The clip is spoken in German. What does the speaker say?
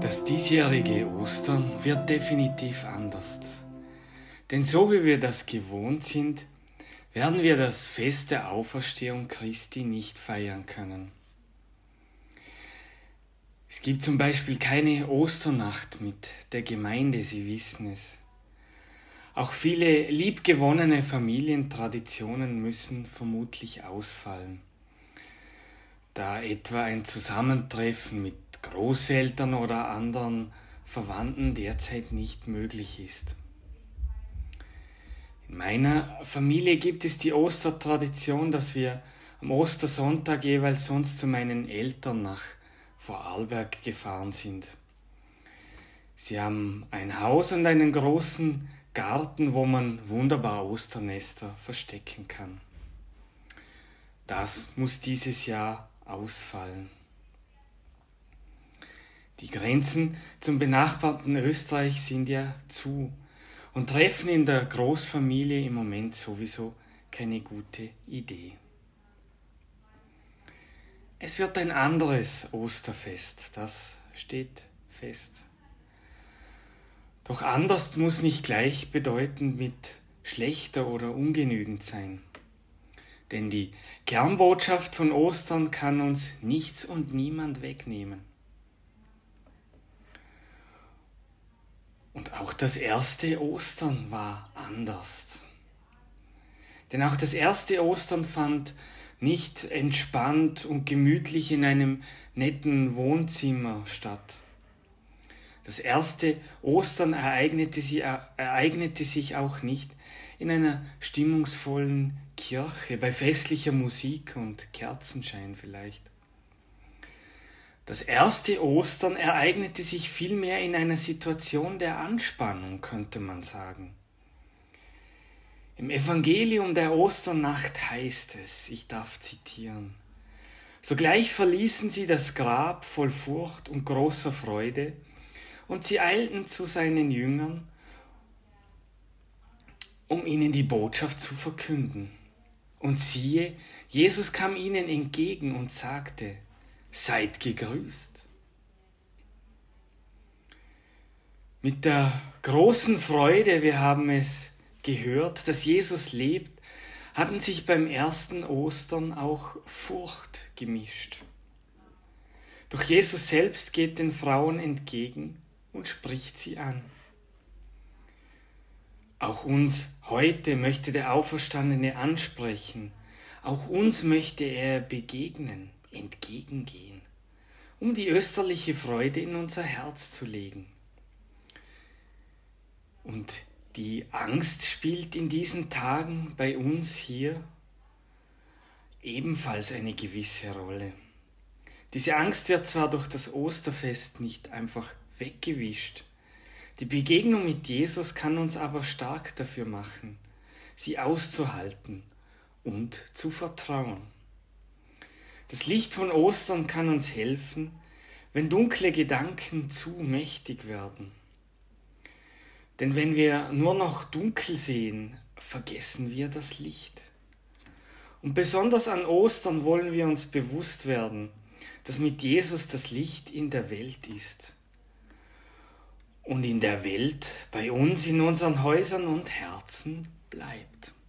Das diesjährige Ostern wird definitiv anders. Denn so wie wir das gewohnt sind, werden wir das Fest der Auferstehung Christi nicht feiern können. Es gibt zum Beispiel keine Osternacht mit der Gemeinde, Sie wissen es. Auch viele liebgewonnene Familientraditionen müssen vermutlich ausfallen, da etwa ein Zusammentreffen mit Großeltern oder anderen Verwandten derzeit nicht möglich ist. In meiner Familie gibt es die Ostertradition, dass wir am Ostersonntag jeweils sonst zu meinen Eltern nach Vorarlberg gefahren sind. Sie haben ein Haus und einen großen Garten, wo man wunderbar Osternester verstecken kann. Das muss dieses Jahr ausfallen. Die Grenzen zum benachbarten Österreich sind ja zu und Treffen in der Großfamilie im Moment sowieso keine gute Idee. Es wird ein anderes Osterfest, das steht fest. Doch anders muss nicht gleichbedeutend mit schlechter oder ungenügend sein. Denn die Kernbotschaft von Ostern kann uns nichts und niemand wegnehmen. Und auch das erste Ostern war anders. Denn auch das erste Ostern fand nicht entspannt und gemütlich in einem netten Wohnzimmer statt. Das erste Ostern ereignete sich auch nicht in einer stimmungsvollen Kirche, bei festlicher Musik und Kerzenschein vielleicht. Das erste Ostern ereignete sich vielmehr in einer Situation der Anspannung, könnte man sagen. Im Evangelium der Osternacht heißt es, ich darf zitieren: Sogleich verließen sie das Grab voll Furcht und großer Freude, und sie eilten zu seinen Jüngern, um ihnen die Botschaft zu verkünden. Und siehe, Jesus kam ihnen entgegen und sagte: Seid gegrüßt. Mit der großen Freude, wir haben es gehört, dass Jesus lebt, hatten sich beim ersten Ostern auch Furcht gemischt. Doch Jesus selbst geht den Frauen entgegen und spricht sie an. Auch uns heute möchte der Auferstandene ansprechen. Auch uns möchte er begegnen, entgegengehen, um die österliche Freude in unser Herz zu legen. Und die Angst spielt in diesen Tagen bei uns hier ebenfalls eine gewisse Rolle. Diese Angst wird zwar durch das Osterfest nicht einfach weggewischt, die Begegnung mit Jesus kann uns aber stark dafür machen, sie auszuhalten und zu vertrauen. Das Licht von Ostern kann uns helfen, wenn dunkle Gedanken zu mächtig werden. Denn wenn wir nur noch dunkel sehen, vergessen wir das Licht. Und besonders an Ostern wollen wir uns bewusst werden, dass mit Jesus das Licht in der Welt ist. Und in der Welt, bei uns, in unseren Häusern und Herzen bleibt.